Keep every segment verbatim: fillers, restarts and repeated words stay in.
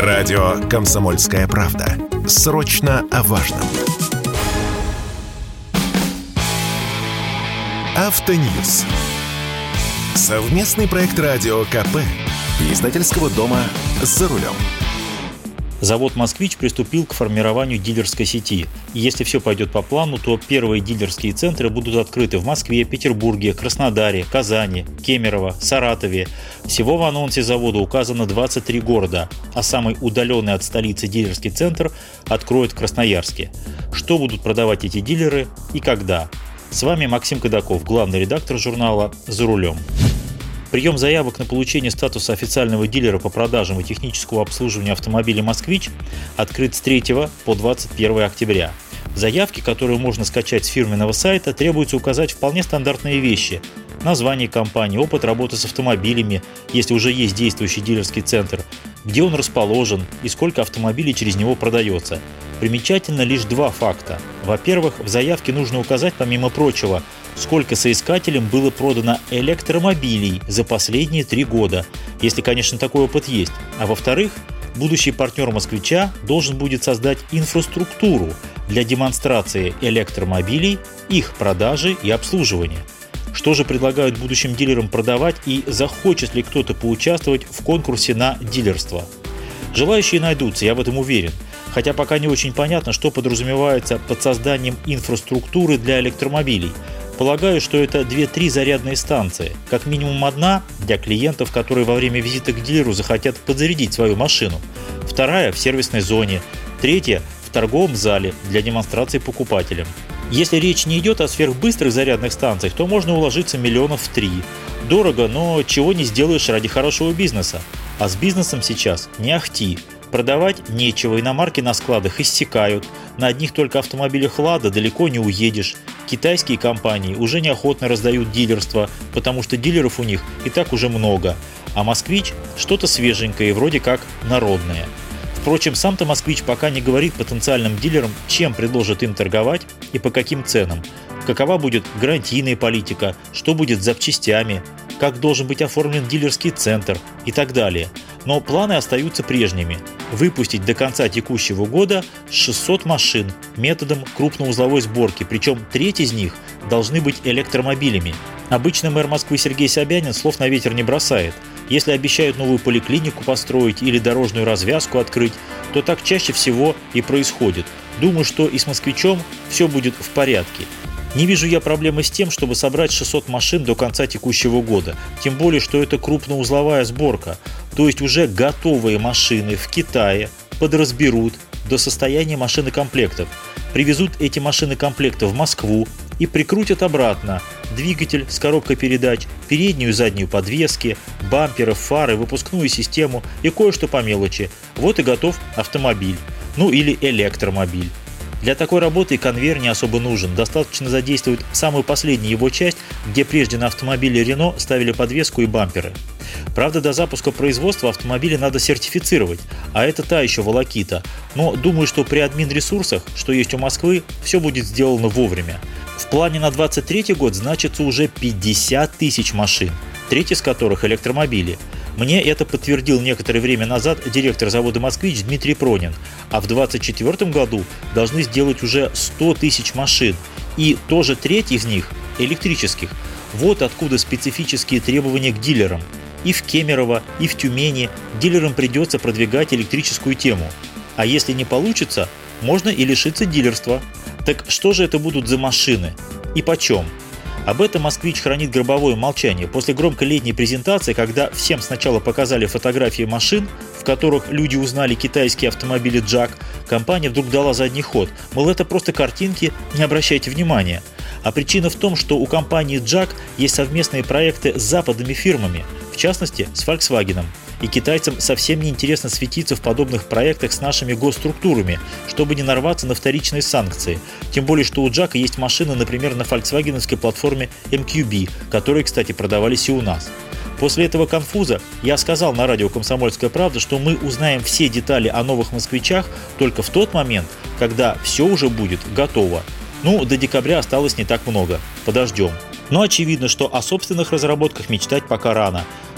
Радио «Комсомольская правда». Срочно о важном. Автоньюз. Совместный проект Радио КП. Издательского дома «За рулем». Завод «Москвич» приступил к формированию дилерской сети. И если все пойдет по плану, то первые дилерские центры будут открыты в Москве, Петербурге, Краснодаре, Казани, Кемерово, Саратове. Всего в анонсе завода указано двадцать три города, а самый удаленный от столицы дилерский центр откроют в Красноярске. Что будут продавать эти дилеры и когда? С вами Максим Кадаков, главный редактор журнала «За рулем». Прием заявок на получение статуса официального дилера по продажам и техническому обслуживанию автомобилей «Москвич» открыт с третьего по двадцать первое октября. В заявке, которую можно скачать с фирменного сайта, требуется указать вполне стандартные вещи: название компании, опыт работы с автомобилями, если уже есть действующий дилерский центр, где он расположен и сколько автомобилей через него продается. Примечательно лишь два факта. Во-первых, в заявке нужно указать, помимо прочего, сколько соискателям было продано электромобилей за последние три года, если, конечно, такой опыт есть. А во-вторых, будущий партнер «Москвича» должен будет создать инфраструктуру для демонстрации электромобилей, их продажи и обслуживания. Что же предлагают будущим дилерам продавать и захочет ли кто-то поучаствовать в конкурсе на дилерство? Желающие найдутся, я в этом уверен. Хотя пока не очень понятно, что подразумевается под созданием инфраструктуры для электромобилей. Полагаю, что это две-три зарядные станции. Как минимум одна для клиентов, которые во время визита к дилеру захотят подзарядить свою машину. Вторая в сервисной зоне. Третья в торговом зале для демонстрации покупателям. Если речь не идет о сверхбыстрых зарядных станциях, то можно уложиться миллионов в три. Дорого, но чего не сделаешь ради хорошего бизнеса. А с бизнесом сейчас не ахти. Продавать нечего, иномарки на складах иссякают, на одних только автомобилях «Лада» далеко не уедешь. Китайские компании уже неохотно раздают дилерство, потому что дилеров у них и так уже много. А «Москвич» что-то свеженькое и вроде как народное. Впрочем, сам-то «Москвич» пока не говорит потенциальным дилерам, чем предложит им торговать и по каким ценам. Какова будет гарантийная политика, что будет с запчастями, как должен быть оформлен дилерский центр и так далее. Но планы остаются прежними – выпустить до конца текущего года шестьсот машин методом крупноузловой сборки, причем треть из них должны быть электромобилями. Обычно мэр Москвы Сергей Собянин слов на ветер не бросает. Если обещают новую поликлинику построить или дорожную развязку открыть, то так чаще всего и происходит. Думаю, что и с «Москвичом» все будет в порядке. Не вижу я проблемы с тем, чтобы собрать шестьсот машин до конца текущего года, тем более, что это крупноузловая сборка, то есть уже готовые машины в Китае подразберут до состояния машинокомплектов, привезут эти машинокомплекты в Москву и прикрутят обратно двигатель с коробкой передач, переднюю и заднюю подвески, бамперы, фары, выпускную систему и кое-что по мелочи. Вот и готов автомобиль, ну или электромобиль. Для такой работы конвейер не особо нужен, достаточно задействовать самую последнюю его часть, где прежде на автомобиле Renault ставили подвеску и бамперы. Правда, до запуска производства автомобили надо сертифицировать, а это та еще волокита, но думаю, что при админ-ресурсах, что есть у Москвы, все будет сделано вовремя. В плане на двадцать третий год значится уже пятьдесят тысяч машин, треть из которых электромобили. Мне это подтвердил некоторое время назад директор завода «Москвич» Дмитрий Пронин, а в двадцать четвёртом году должны сделать уже сто тысяч машин, и тоже треть из них электрических. Вот откуда специфические требования к дилерам. И в Кемерово, и в Тюмени дилерам придется продвигать электрическую тему. А если не получится, можно и лишиться дилерства. Так что же это будут за машины? И почем? Об этом «Москвич» хранит гробовое молчание. После громкой летней презентации, когда всем сначала показали фотографии машин, в которых люди узнали китайские автомобили «Джак», компания вдруг дала задний ход. Мол, это просто картинки, не обращайте внимания. А причина в том, что у компании «Джак» есть совместные проекты с западными фирмами, в частности, с Volkswagen. И китайцам совсем не интересно светиться в подобных проектах с нашими госструктурами, чтобы не нарваться на вторичные санкции. Тем более, что у «Джака» есть машины, например, на фольксвагеновской платформе эм кью би, которые, кстати, продавались и у нас. После этого конфуза я сказал на радио «Комсомольская правда», что мы узнаем все детали о новых «Москвичах» только в тот момент, когда все уже будет готово. Ну, до декабря осталось не так много. Подождем. Но очевидно, что о собственных разработках мечтать пока рано.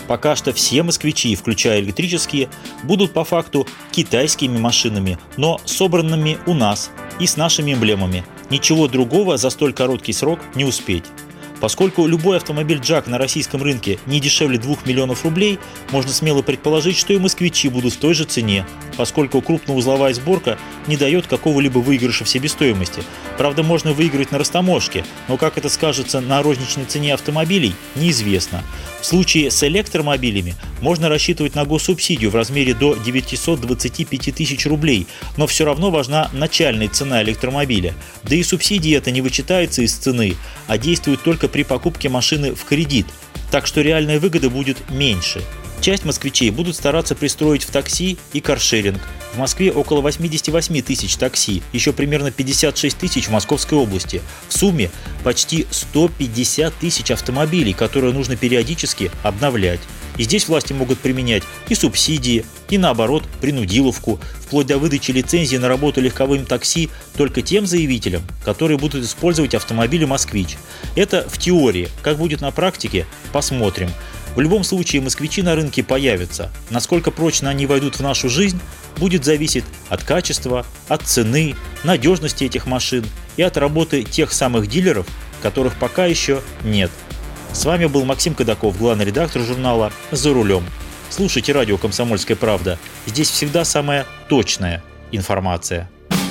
Пока что все москвичи, включая электрические, будут по факту китайскими машинами, но собранными у нас и с нашими эмблемами. Ничего другого за столь короткий срок не успеть. Поскольку любой автомобиль джак на российском рынке не дешевле двух миллионов рублей, можно смело предположить, что и москвичи будут в той же цене, поскольку крупноузловая сборка не дает какого-либо выигрыша в себестоимости. Правда, можно выиграть на растаможке, но как это скажется на розничной цене автомобилей, неизвестно. В случае с электромобилями можно рассчитывать на госсубсидию в размере до девятьсот двадцать пять тысяч рублей, но все равно важна начальная цена электромобиля. Да и субсидии это не вычитается из цены, а действует только при покупке машины в кредит, так что реальная выгода будет меньше. Часть москвичей будут стараться пристроить в такси и каршеринг. В Москве около восемьдесят восемь тысяч такси, еще примерно пятьдесят шесть тысяч в Московской области. В сумме почти сто пятьдесят тысяч автомобилей, которые нужно периодически обновлять. И здесь власти могут применять и субсидии, и наоборот принудиловку, вплоть до выдачи лицензии на работу легковым такси только тем заявителям, которые будут использовать автомобили «Москвич». Это в теории. Как будет на практике, посмотрим. В любом случае москвичи на рынке появятся. Насколько прочно они войдут в нашу жизнь, будет зависеть от качества, от цены, надежности этих машин и от работы тех самых дилеров, которых пока еще нет. С вами был Максим Кадаков, главный редактор журнала «За рулем». Слушайте радио «Комсомольская правда». Здесь всегда самая точная информация.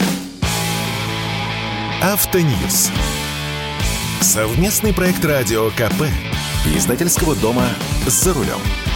Автоньюз. Совместный проект радио ка пэ и издательского дома «За рулем».